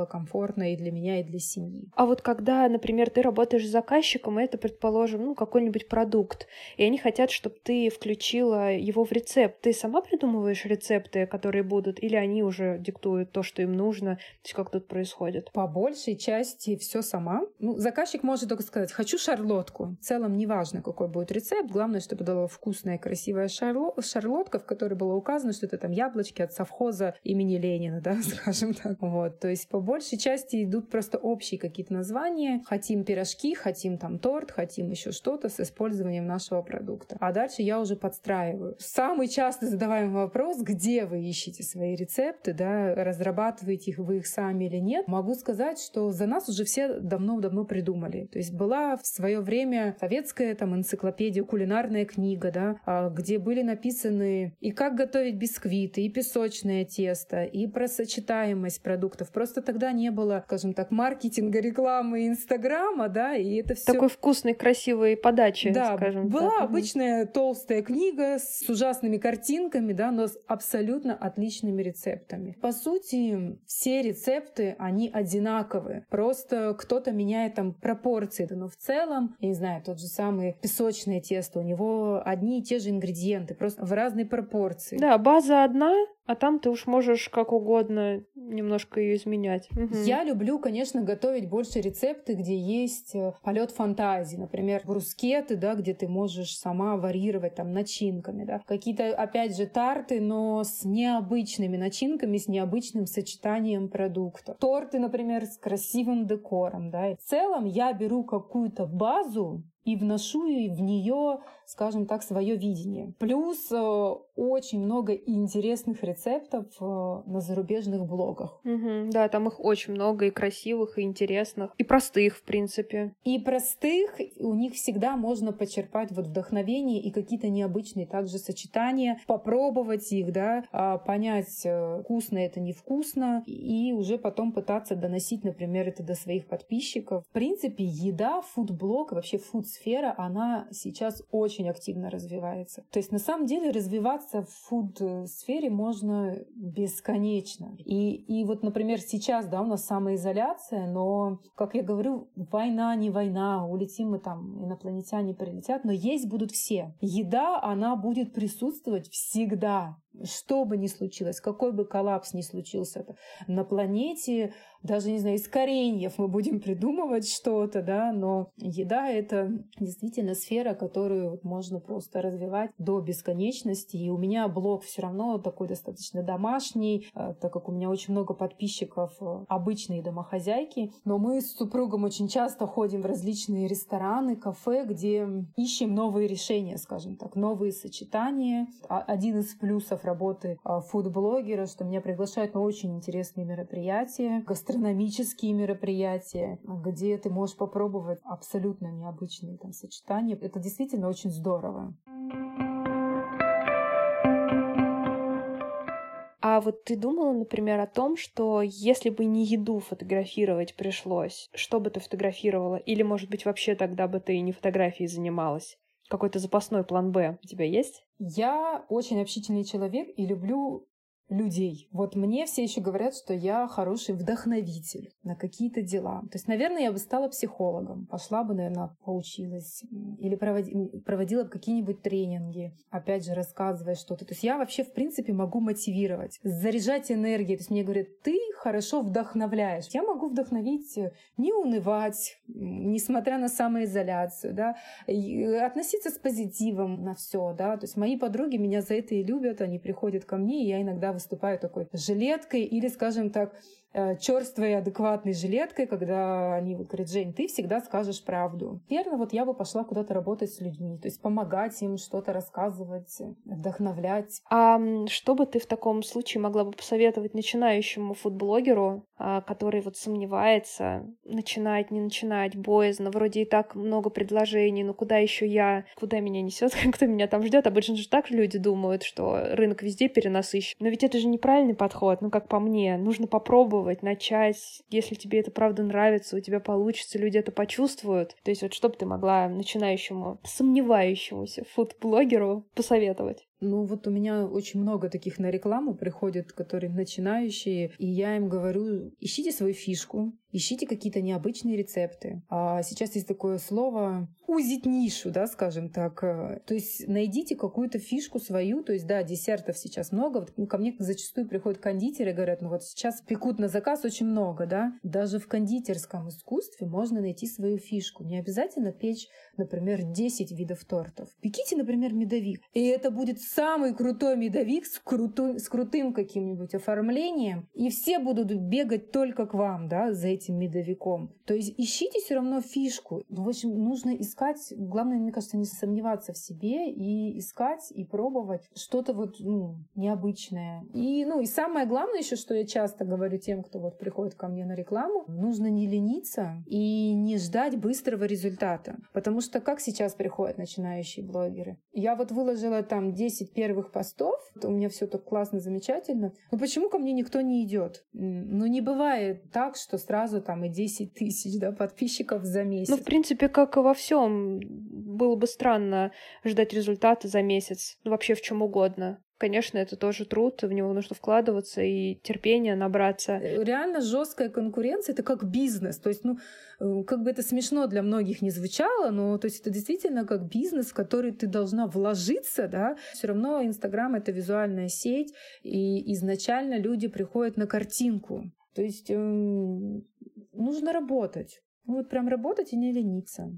было комфортно и для меня, и для семьи. А вот когда, например, ты работаешь с заказчиком, и это, предположим, ну, какой-нибудь продукт, и они хотят, чтобы ты включила его в рецепт, ты сама придумываешь рецепты, которые будут, или они уже диктуют то, что им нужно? То есть как тут происходит? По большей части все сама. Ну, заказчик может только сказать: хочу шарлотку. В целом неважно, какой будет рецепт, главное, чтобы была вкусная, красивая шарло... шарлотка, в которой было указано, что это там яблочки от совхоза имени Ленина, да, скажем так. Вот. То есть по большей части идут просто общие какие-то названия. Хотим пирожки, хотим там торт, хотим еще что-то с использованием нашего продукта. А дальше я уже подстраиваю. Самый часто задаваемый вопрос: где вы ищете свои рецепты, да, разрабатываете их вы их сами или нет? Могу сказать, что за нас уже все давно-давно придумали. То есть была в свое время советская там энциклопедия, кулинарная книга, да, где были написаны и как готовить бисквиты, и песочное тесто, и про сочетаемость продуктов. Просто тогда не было, скажем так, маркетинга, рекламы, Инстаграма, да, и это все такой вкусной, красивой подачи, да, скажем была так. обычная толстая книга с ужасными картинками, да, но с абсолютно отличными рецептами. По сути, все рецепты, они одинаковые. Просто кто-то меняет там пропорции, но в целом, я не знаю, тот же самый песочное тесто, у него одни и те же ингредиенты, просто в разной пропорции. Да, база одна, а там ты уж можешь как угодно немножко ее изменять. Угу. Я люблю, конечно, готовить больше рецепты, где есть полет фантазии. Например, брускеты, да, где ты можешь сама варьировать там начинками. Да. Какие-то, опять же, тарты, но с необычными начинками, с необычным сочетанием продуктов. Торты, например, с красивым декором. Да. И в целом я беру какую-то базу и вношу в нее, скажем так, свое видение. Плюс э, очень много интересных рецептов э, на зарубежных блогах. Угу, да, там их очень много, и красивых, и интересных, и простых, в принципе. И простых, у них всегда можно почерпать вот вдохновение и какие-то необычные также сочетания, попробовать их, да, понять, вкусно это, невкусно, и уже потом пытаться доносить, например, это до своих подписчиков. В принципе, еда, фудблог, вообще фуд сфера, она сейчас очень активно развивается. То есть на самом деле развиваться в фуд-сфере можно бесконечно. И, и вот, например, сейчас, да, у нас самоизоляция, но, как я говорю, война не война, улетим мы там, инопланетяне прилетят, но есть будут все. Еда, она будет присутствовать всегда. Что бы ни случилось, какой бы коллапс ни случился на планете, даже, не знаю, из кореньев мы будем придумывать что-то, да, но еда — это действительно сфера, которую можно просто развивать до бесконечности. И у меня блог все равно такой достаточно домашний, так как у меня очень много подписчиков обычные домохозяйки, но мы с супругом очень часто ходим в различные рестораны, кафе, где ищем новые решения, скажем так, новые сочетания. Один из плюсов работы фуд-блогера, что меня приглашают на очень интересные мероприятия, гастрономические мероприятия, где ты можешь попробовать абсолютно необычные там сочетания. Это действительно очень здорово. А вот ты думала, например, о том, что если бы не еду фотографировать пришлось, что бы ты фотографировала? Или, может быть, вообще тогда бы ты не фотографией занималась? Какой-то запасной план «Б» у тебя есть? Я очень общительный человек и люблю людей. Вот мне все еще говорят, что я хороший вдохновитель на какие-то дела. То есть, наверное, я бы стала психологом, пошла бы, наверное, поучилась или проводи, проводила бы какие-нибудь тренинги, опять же, рассказывая что-то. То есть я вообще, в принципе, могу мотивировать, заряжать энергией. То есть мне говорят: ты хорошо вдохновляешь. Я могу вдохновить, не унывать, несмотря на самоизоляцию, да, и относиться с позитивом на все, да. То есть мои подруги меня за это и любят, они приходят ко мне, и я иногда выступаю такой жилеткой или, скажем так, черствой и адекватной жилеткой, когда они вот говорят: Жень, ты всегда скажешь правду. Наверное, вот я бы пошла куда-то работать с людьми, то есть помогать им, что-то рассказывать, вдохновлять. А что бы ты в таком случае могла бы посоветовать начинающему фудблогеру, который вот сомневается, начинать, не начинать, боязно, вроде и так много предложений, но куда еще я, куда меня несет, кто меня там ждет? Обычно же так люди думают, что рынок везде перенасыщен. Но ведь это же неправильный подход, ну как по мне, нужно попробовать, начать, если тебе это правда нравится, у тебя получится, люди это почувствуют. То есть вот что бы ты могла начинающему, сомневающемуся фуд-блогеру посоветовать? Ну вот у меня очень много таких на рекламу приходят, которые начинающие, и я им говорю, ищите свою фишку, ищите какие-то необычные рецепты. А сейчас есть такое слово «узить нишу», да, скажем так. То есть найдите какую-то фишку свою, то есть, да, десертов сейчас много. Вот ко мне зачастую приходят кондитеры и говорят, ну вот сейчас пекут на заказ очень много, да. Даже в кондитерском искусстве можно найти свою фишку. Не обязательно печь, например, десять видов тортов. Пеките, например, медовик. И это будет самый крутой медовик с, крутой, с крутым каким-нибудь оформлением. И все будут бегать только к вам, да, за этим медовиком. То есть ищите все равно фишку. В общем, нужно искать. Главное, мне кажется, не сомневаться в себе и искать, и пробовать что-то вот, ну, необычное. И, ну, и самое главное еще, что я часто говорю тем, кто вот приходит ко мне на рекламу, нужно не лениться и не ждать быстрого результата. Потому что как сейчас приходят начинающие блогеры? Я вот выложила там десять первых постов, у меня все так классно, замечательно. Но почему ко мне никто не идет? Ну, не бывает так, что сразу там и десять тысяч, да, подписчиков за месяц. Ну, в принципе, как и во всем, было бы странно ждать результата за месяц. Ну, вообще в чем угодно. Конечно, это тоже труд, в него нужно вкладываться и терпение набраться. Реально жесткая конкуренция — это как бизнес. То есть, ну, как бы это смешно для многих не звучало, но то есть это действительно как бизнес, в который ты должна вложиться, да. Все равно Инстаграм — это визуальная сеть, и изначально люди приходят на картинку. То есть эм, нужно работать. Ну, вот прям работать и не лениться.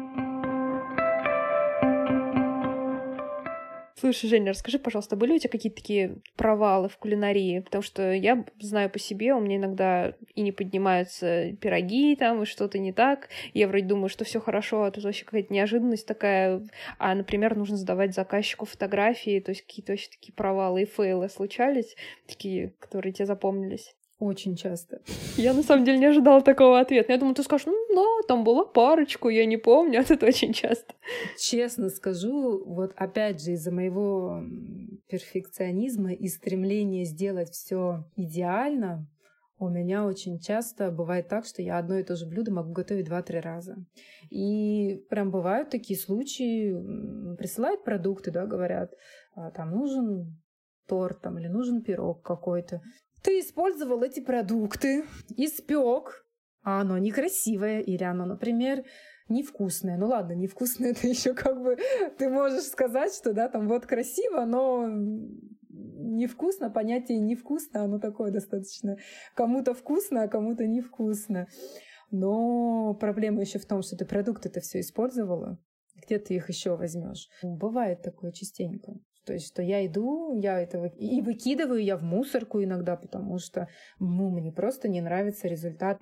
Слушай, Женя, расскажи, пожалуйста, были у тебя какие-то такие провалы в кулинарии? Потому что я знаю по себе, у меня иногда и не поднимаются пироги там, и что-то не так. Я вроде думаю, что все хорошо, а тут вообще какая-то неожиданность такая. А, например, нужно сдавать заказчику фотографии, то есть какие-то вообще такие провалы и фейлы случались, такие, которые тебе запомнились? Очень часто. Я, на самом деле, не ожидала такого ответа. Я думаю, ты скажешь, ну, да, там была парочку, я не помню, а это очень часто. Честно скажу, вот опять же, из-за моего перфекционизма и стремления сделать все идеально, у меня очень часто бывает так, что я одно и то же блюдо могу готовить два-три раза. И прям бывают такие случаи, присылают продукты, да, говорят, там нужен торт там, или нужен пирог какой-то. Ты использовал эти продукты, испек, а оно некрасивое, или оно, например, невкусное. Ну ладно, невкусное — это еще как бы ты можешь сказать, что да, там вот красиво, но невкусно, понятие невкусно, оно такое достаточно. Кому-то вкусно, а кому-то невкусно. Но проблема еще в том, что ты продукты-то все использовала. Где ты их еще возьмешь? Бывает такое частенько. То есть, что я иду, я это и выкидываю я в мусорку иногда, потому что ну, мне просто не нравится результат.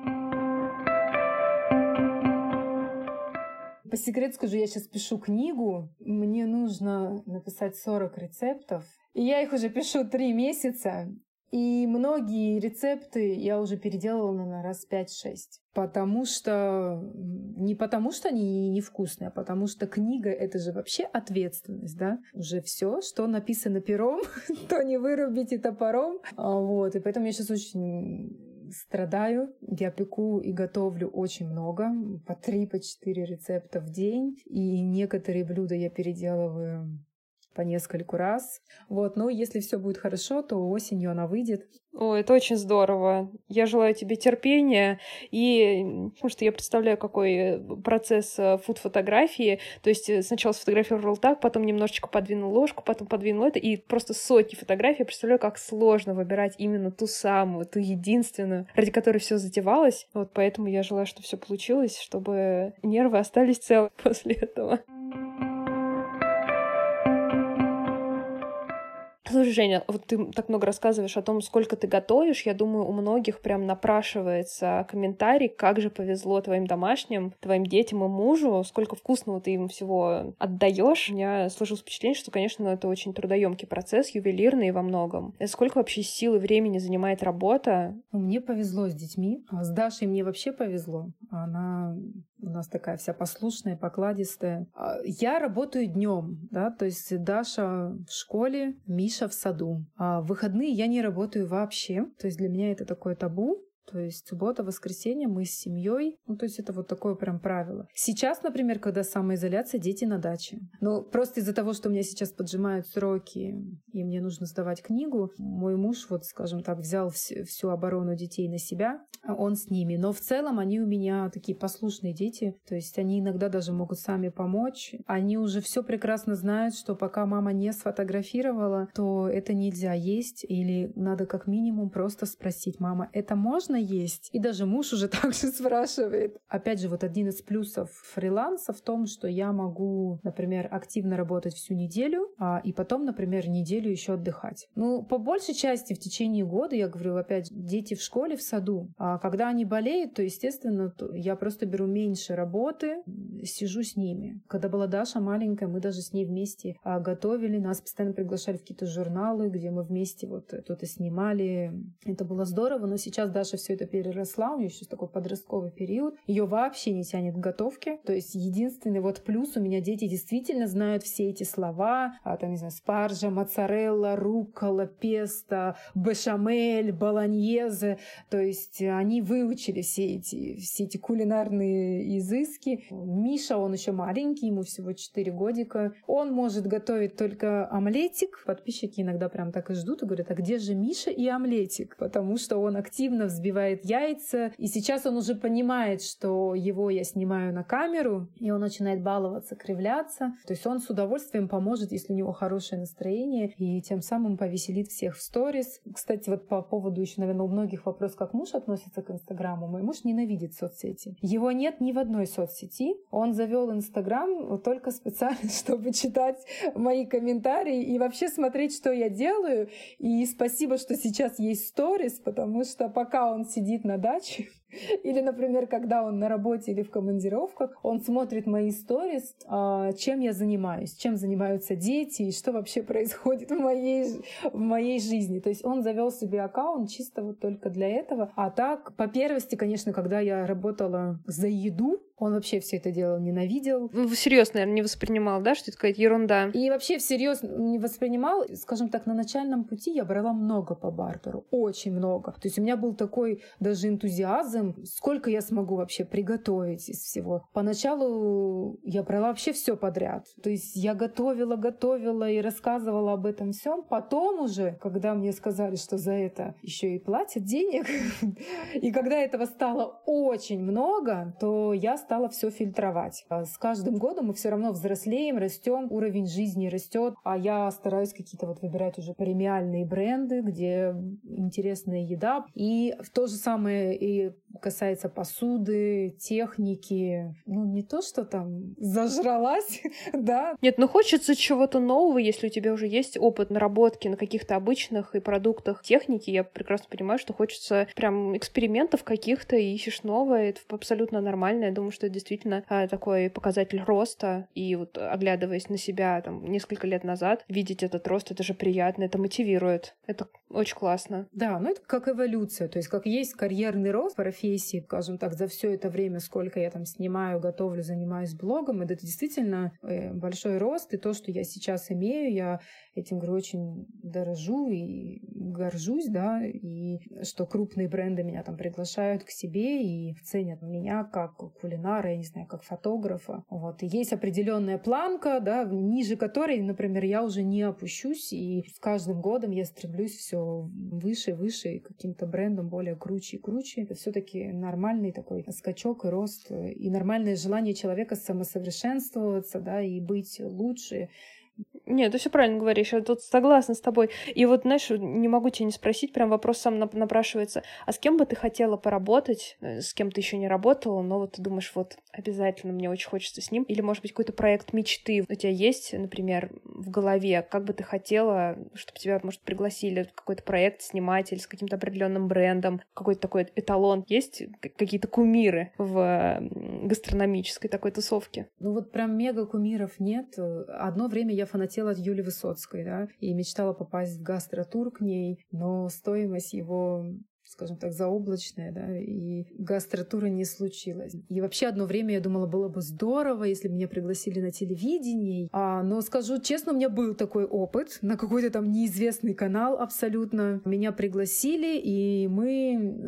По секрету скажу, я сейчас пишу книгу, мне нужно написать сорок рецептов, и я их уже пишу три месяца. И многие рецепты я уже переделала на раз пять-шесть. Потому что... Не потому что они невкусные, а потому что книга — это же вообще ответственность, да? Уже все, что написано пером, то не вырубите топором. Вот. И поэтому я сейчас очень страдаю. Я пеку и готовлю очень много. По три, по четыре рецепта в день. И некоторые блюда я переделываю по нескольку раз. Вот, но если все будет хорошо, то осенью она выйдет. О, это очень здорово. Я желаю тебе терпения, и потому что я представляю, какой процесс фуд-фотографии. То есть сначала сфотографировал так, потом немножечко подвинул ложку, потом подвинул это, и просто сотни фотографий. Я представляю, как сложно выбирать именно ту самую, ту единственную, ради которой все затевалось. Вот поэтому я желаю, чтобы все получилось, чтобы нервы остались целы после этого. Слушай, Женя, вот ты так много рассказываешь о том, сколько ты готовишь. Я думаю, у многих прям напрашивается комментарий, как же повезло твоим домашним, твоим детям и мужу, сколько вкусного ты им всего отдаешь. У меня сложилось впечатление, что, конечно, это очень трудоемкий процесс, ювелирный во многом. Сколько вообще сил и времени занимает работа? Мне повезло с детьми. С Дашей мне вообще повезло. Она у нас такая вся послушная, покладистая. Я работаю днем, да, то есть Даша в школе, Миша в саду. А в выходные я не работаю вообще. То есть для меня это такое табу. То есть суббота, воскресенье мы с семьей. Ну, то есть это вот такое прям правило. Сейчас, например, когда самоизоляция, дети на даче. Но просто из-за того, что у меня сейчас поджимают сроки, и мне нужно сдавать книгу, мой муж, вот, скажем так, взял всю, всю оборону детей на себя, он с ними. Но в целом они у меня такие послушные дети. То есть они иногда даже могут сами помочь. Они уже все прекрасно знают, что пока мама не сфотографировала, то это нельзя есть. Или надо как минимум просто спросить: мама, это можно есть? И даже муж уже так же спрашивает. Опять же, вот один из плюсов фриланса в том, что я могу, например, активно работать всю неделю, а, и потом, например, неделю еще отдыхать. Ну, по большей части в течение года, я говорю, опять, дети в школе, в саду. А когда они болеют, то, естественно, то я просто беру меньше работы, сижу с ними. Когда была Даша маленькая, мы даже с ней вместе а, готовили, нас постоянно приглашали в какие-то журналы, где мы вместе вот что-то снимали. Это было здорово, но сейчас Даша все это переросла, у нее сейчас такой подростковый период. Ее вообще не тянет к готовке. То есть единственный вот плюс: у меня дети действительно знают все эти слова, а, там, не знаю, спаржа, моцарелла, руккола, песто, бешамель, болоньезе. То есть они выучили все эти, все эти кулинарные изыски. Миша, он еще маленький, ему всего четыре годика. Он может готовить только омлетик. Подписчики иногда прям так и ждут и говорят: а где же Миша и омлетик? Потому что он активно взбивает яйца. И сейчас он уже понимает, что его я снимаю на камеру, и он начинает баловаться, кривляться. То есть он с удовольствием поможет, если у него хорошее настроение, и тем самым повеселит всех в сторис. Кстати, вот по поводу еще, наверное, у многих вопрос, как муж относится к Инстаграму. Мой муж ненавидит соцсети. Его нет ни в одной соцсети. Он завел Инстаграм только специально, чтобы читать мои комментарии и вообще смотреть, что я делаю. И спасибо, что сейчас есть сторис, потому что пока он сидит на даче, или, например, когда он на работе или в командировках, он смотрит мои сторис, чем я занимаюсь, чем занимаются дети и что вообще происходит в моей, в моей жизни. То есть он завел себе аккаунт чисто вот только для этого. А так, по первости, конечно, когда я работала за еду, он вообще все это дело ненавидел. Всерьез, наверное, не воспринимал, да, что это какая-то ерунда? И вообще всерьез не воспринимал. Скажем так, на начальном пути я брала много по бартеру, очень много. То есть у меня был такой даже энтузиазм, сколько я смогу вообще приготовить из всего. Поначалу я брала вообще все подряд. То есть я готовила, готовила и рассказывала об этом всем. Потом уже, когда мне сказали, что за это еще и платят денег, и когда этого стало очень много, то я стала стала все фильтровать. С каждым годом мы все равно взрослеем, растем, уровень жизни растет, а я стараюсь какие-то вот выбирать уже премиальные бренды, где интересная еда. И то же самое и касается посуды, техники. Ну, не то, что там зажралась, да. Нет, ну хочется чего-то нового, если у тебя уже есть опыт наработки на каких-то обычных и продуктах техники. Я прекрасно понимаю, что хочется прям экспериментов каких-то, и ищешь новое. Это абсолютно нормально. Я думаю, что это действительно а, такой показатель роста. И вот, оглядываясь на себя там несколько лет назад, видеть этот рост, это же приятно, это мотивирует. Это очень классно. Да, ну это как эволюция. То есть как есть карьерный рост профессии, скажем так, за все это время, сколько я там снимаю, готовлю, занимаюсь блогом, это действительно большой рост. И то, что я сейчас имею, я этим, говорю, очень дорожу и горжусь, да, и что крупные бренды меня там приглашают к себе и ценят меня как кулинара, я не знаю, как фотографа. Вот. И есть определенная планка, да, ниже которой, например, я уже не опущусь, и с каждым годом я стремлюсь все выше, выше, и каким-то брендом более круче и круче. Это все-таки нормальный такой скачок и рост, и нормальное желание человека самосовершенствоваться, да, и быть лучше. Нет, ты все правильно говоришь, я тут согласна с тобой. И вот, знаешь, не могу тебя не спросить, прям вопрос сам напрашивается. А с кем бы ты хотела поработать, с кем ты еще не работала, но вот ты думаешь, вот обязательно мне очень хочется с ним? Или, может быть, какой-то проект мечты у тебя есть, например, в голове? Как бы ты хотела, чтобы тебя, может, пригласили в какой-то проект снимать или с каким-то определенным брендом? Какой-то такой эталон? Есть какие-то кумиры в гастрономической такой тусовке? Ну вот прям мега кумиров нет. Одно время я фанатела от Юли Высоцкой, да, и мечтала попасть в гастротур к ней, но стоимость его, скажем так, заоблачная, да, и гастротура не случилось. И вообще одно время я думала, было бы здорово, если бы меня пригласили на телевидении. А, но скажу честно, у меня был такой опыт на какой-то там неизвестный канал абсолютно. Меня пригласили, и мы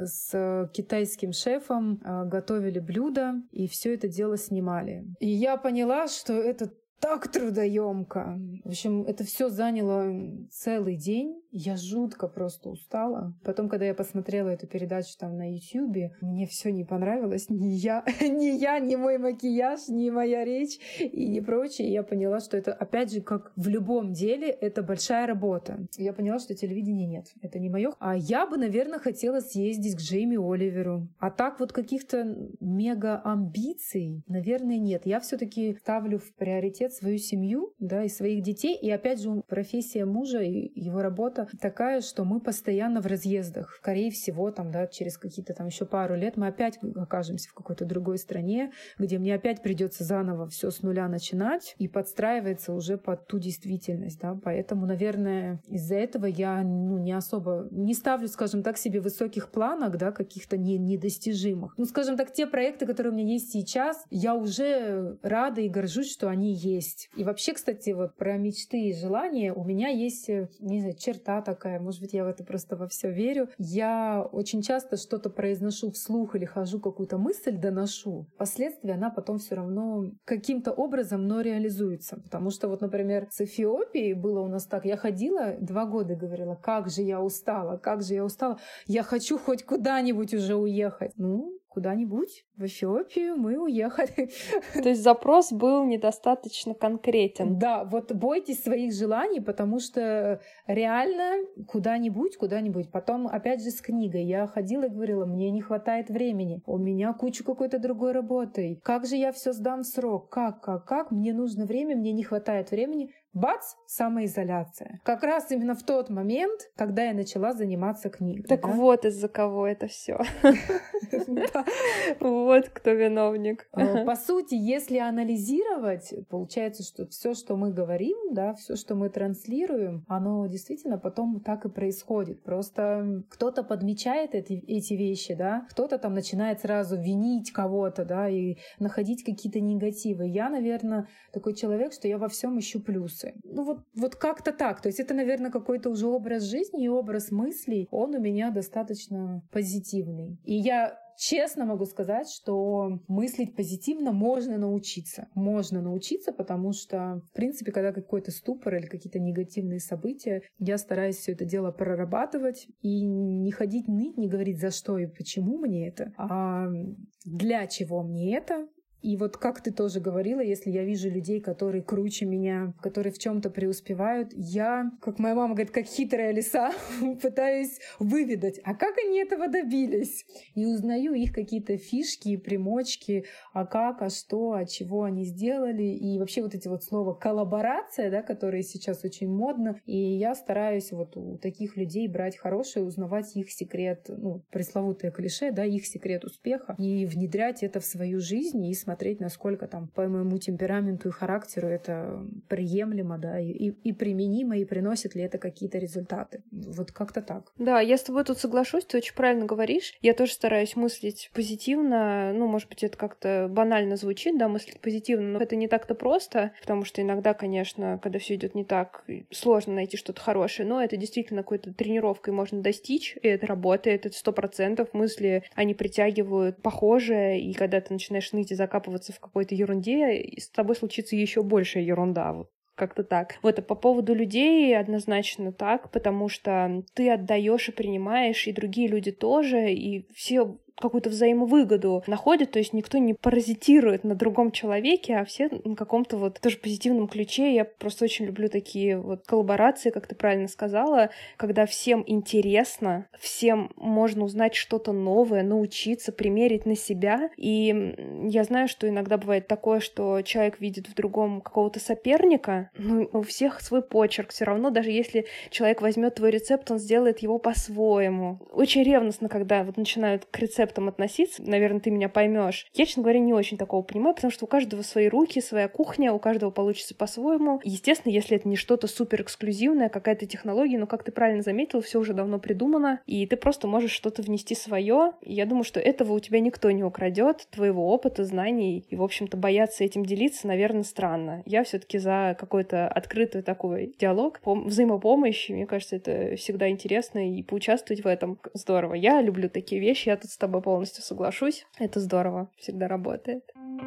с китайским шефом готовили блюда и все это дело снимали. И я поняла, что это так трудоемко. В общем, это все заняло целый день. Я жутко просто устала. Потом, когда я посмотрела эту передачу там на Ютьюбе, мне все не понравилось. Ни я, ни я, ни мой макияж, ни моя речь и не прочее. И я поняла, что это, опять же, как в любом деле, это большая работа. Я поняла, что телевидения нет. Это не мое. А я бы, наверное, хотела съездить к Джейми Оливеру. А так вот каких-то мега амбиций, наверное, нет. Я все-таки ставлю в приоритет свою семью, да, и своих детей. И опять же, профессия мужа и его работа такая, что мы постоянно в разъездах. Скорее всего, там, да, через какие-то там еще пару лет мы опять окажемся в какой-то другой стране, где мне опять придется заново все с нуля начинать и подстраиваться уже под ту действительность, да. Поэтому, наверное, из-за этого я, ну, не особо не ставлю, скажем так, себе высоких планок, да, каких-то не, недостижимых. Ну, скажем так, те проекты, которые у меня есть сейчас, я уже рада и горжусь, что они есть. И вообще, кстати, вот про мечты и желания у меня есть, не знаю, черта такая, может быть, я в это просто во все верю. Я очень часто что-то произношу вслух или хожу какую-то мысль доношу. Впоследствии она потом все равно каким-то образом, но реализуется. Потому что вот, например, с Эфиопией было у нас так. Я ходила два года и говорила, как же я устала, как же я устала. Я хочу хоть куда-нибудь уже уехать. Ну, куда-нибудь в Эфиопию мы уехали. То есть запрос был недостаточно конкретен. Да, вот бойтесь своих желаний, потому что реально куда-нибудь, куда-нибудь. Потом, опять же, с книгой. Я ходила и говорила, мне не хватает времени, у меня куча какой-то другой работы. Как же я все сдам в срок? Как, как, как? Мне нужно время, мне не хватает времени. Бац, самоизоляция. Как раз именно в тот момент, когда я начала заниматься книгой. Так да? Вот из-за кого это все. Вот кто виновник. По сути, если анализировать, получается, что все, что мы говорим, да, все, что мы транслируем, оно действительно потом так и происходит. Просто кто-то подмечает эти, эти вещи, да, кто-то там начинает сразу винить кого-то, да, и находить какие-то негативы. Я, наверное, такой человек, что я во всем ищу плюсы. Ну вот, вот как-то так. То есть это, наверное, какой-то уже образ жизни и образ мыслей. Он у меня достаточно позитивный. И я честно могу сказать, что мыслить позитивно можно научиться. Можно научиться, потому что, в принципе, когда какой-то ступор или какие-то негативные события, я стараюсь все это дело прорабатывать и не ходить ныть, не говорить, за что и почему мне это, а для чего мне это. И вот как ты тоже говорила, если я вижу людей, которые круче меня, которые в чем-то преуспевают, я, как моя мама говорит, как хитрая лиса, пытаюсь выведать, а как они этого добились? И узнаю их какие-то фишки и примочки, а как, а что, а чего они сделали. И вообще вот эти вот слова коллаборация, да, которые сейчас очень модно. И я стараюсь вот у таких людей брать хорошее, узнавать их секрет, ну, пресловутое клише, да, их секрет успеха, и внедрять это в свою жизнь и смотреть, смотреть, насколько там по моему темпераменту и характеру это приемлемо, да, и, и применимо, и приносит ли это какие-то результаты. Вот как-то так. Да, я с тобой тут соглашусь, ты очень правильно говоришь. Я тоже стараюсь мыслить позитивно. Ну, может быть, это как-то банально звучит, да, мыслить позитивно, но это не так-то просто, потому что иногда, конечно, когда все идет не так, сложно найти что-то хорошее, но это действительно какой-то тренировкой можно достичь, и это работает, это сто процентов. Мысли, они притягивают похожее, и когда ты начинаешь ныть и закапывать в какой-то ерунде, и с тобой случится еще большая ерунда. Вот как-то так. Вот, а по поводу людей однозначно так, потому что ты отдаешь и принимаешь, и другие люди тоже, и все какую-то взаимовыгоду находят, то есть никто не паразитирует на другом человеке, а все на каком-то вот тоже позитивном ключе. Я просто очень люблю такие вот коллаборации, как ты правильно сказала, когда всем интересно, всем можно узнать что-то новое, научиться, примерить на себя. И я знаю, что иногда бывает такое, что человек видит в другом какого-то соперника, но у всех свой почерк. Все равно, даже если человек возьмет твой рецепт, он сделает его по-своему. Очень ревностно, когда вот начинают к рецепту концептам относиться, наверное, ты меня поймешь. Я, честно говоря, не очень такого понимаю, потому что у каждого свои руки, своя кухня, у каждого получится по-своему. Естественно, если это не что-то супер эксклюзивное, какая-то технология, но, как ты правильно заметил, все уже давно придумано, и ты просто можешь что-то внести свое. И я думаю, что этого у тебя никто не украдет, твоего опыта, знаний, и, в общем-то, бояться этим делиться, наверное, странно. Я все-таки за какой-то открытый такой диалог, взаимопомощь. Мне кажется, это всегда интересно, и поучаствовать в этом здорово. Я люблю такие вещи, я тут с тобой полностью соглашусь. Это здорово, всегда работает.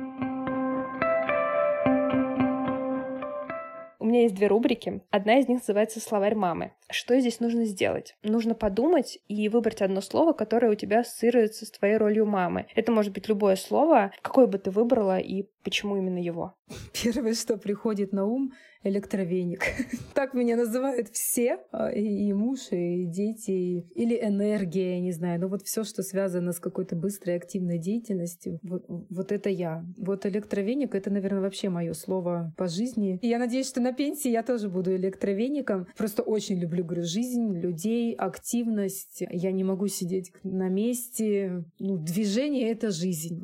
У меня есть две рубрики. Одна из них называется «Словарь мамы». Что здесь нужно сделать? Нужно подумать и выбрать одно слово, которое у тебя ассоциируется с твоей ролью мамы. Это может быть любое слово. Какое бы ты выбрала и почему именно его? Первое, что приходит на ум — электровеник. Так меня называют все, и муж, и дети, или энергия, я не знаю. Но вот все, что связано с какой-то быстрой активной деятельностью, вот, вот это я. Вот электровеник — это, наверное, вообще мое слово по жизни. И я надеюсь, что на пенсии я тоже буду электровеником. Просто очень люблю, говорю, жизнь, людей, активность. Я не могу сидеть на месте. Ну, движение — это жизнь.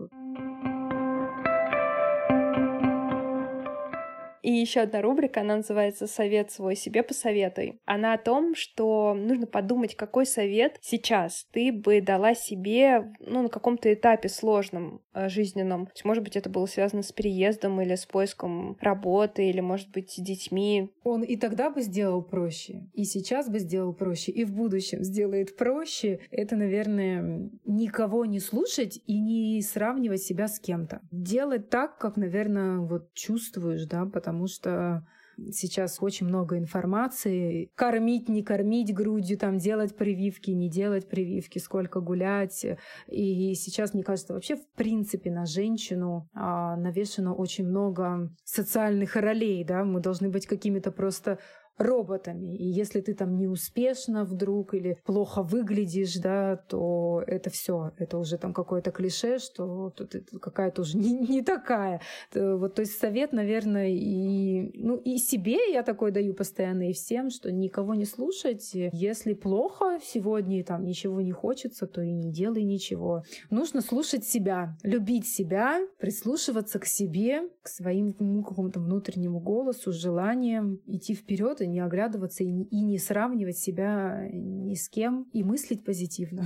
И еще одна рубрика, она называется «Совет свой себе посоветуй». Она о том, что нужно подумать, какой совет сейчас ты бы дала себе, ну, на каком-то этапе сложном, жизненном. То есть, может быть, это было связано с переездом или с поиском работы, или, может быть, с детьми. Он и тогда бы сделал проще, и сейчас бы сделал проще, и в будущем сделает проще. Это, наверное, никого не слушать и не сравнивать себя с кем-то. Делать так, как, наверное, вот чувствуешь, да, потому Потому что сейчас очень много информации. Кормить, не кормить грудью, там, делать прививки, не делать прививки, сколько гулять. И сейчас, мне кажется, вообще в принципе на женщину а, навешено очень много социальных ролей. Да? Мы должны быть какими-то просто роботами. И если ты там неуспешна вдруг или плохо выглядишь, да, то это все, это уже там какое-то клише, что ты какая-то уже не, не такая. Вот, то есть совет, наверное, и, ну, и себе я такой даю постоянно, и всем, что никого не слушать. Если плохо сегодня и там ничего не хочется, то и не делай ничего. Нужно слушать себя, любить себя, прислушиваться к себе, к своему какому-то внутреннему голосу, желаниям, идти вперед, не оглядываться и не, и не сравнивать себя ни с кем, и мыслить позитивно.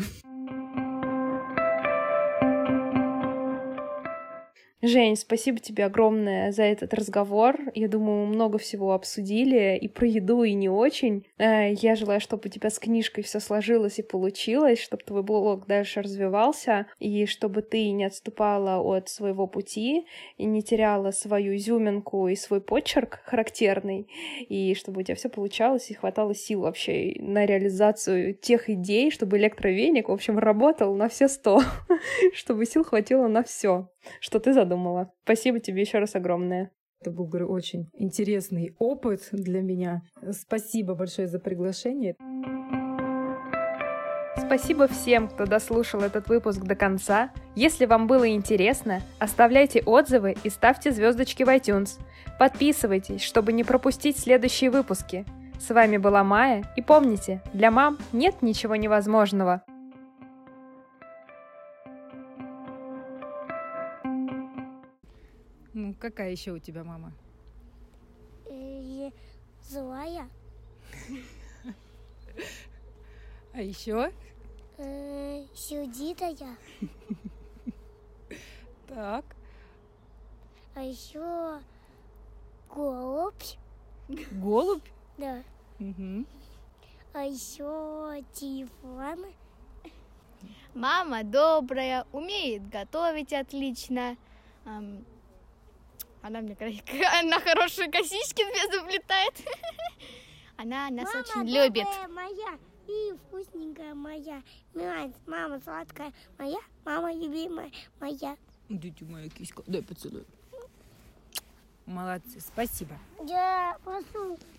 Жень, спасибо тебе огромное за этот разговор. Я думаю, мы много всего обсудили, и про еду, и не очень. Я желаю, чтобы у тебя с книжкой все сложилось и получилось, чтобы твой блог дальше развивался, и чтобы ты не отступала от своего пути, и не теряла свою изюминку и свой почерк характерный, и чтобы у тебя все получалось, и хватало сил вообще на реализацию тех идей, чтобы электровеник, в общем, работал на все сто, чтобы сил хватило на все, что ты задумала. Спасибо тебе еще раз огромное. Это был, говорю, очень интересный опыт для меня. Спасибо большое за приглашение. Спасибо всем, кто дослушал этот выпуск до конца. Если вам было интересно, оставляйте отзывы и ставьте звездочки в iTunes. Подписывайтесь, чтобы не пропустить следующие выпуски. С вами была Майя, и помните, для мам нет ничего невозможного. Ну, какая еще у тебя мама? Злая. А еще? Сердитая. Так. А еще голубь. Голубь? Да. Угу. А еще телефон. Мама добрая, умеет готовить отлично. Она мне она хорошие косички две заплетает. Она нас мама очень любит. Мама моя и вкусненькая моя. Мама сладкая моя, мама любимая моя. Дитя моя киська, дай поцелуй. Молодцы, спасибо. Я прошу.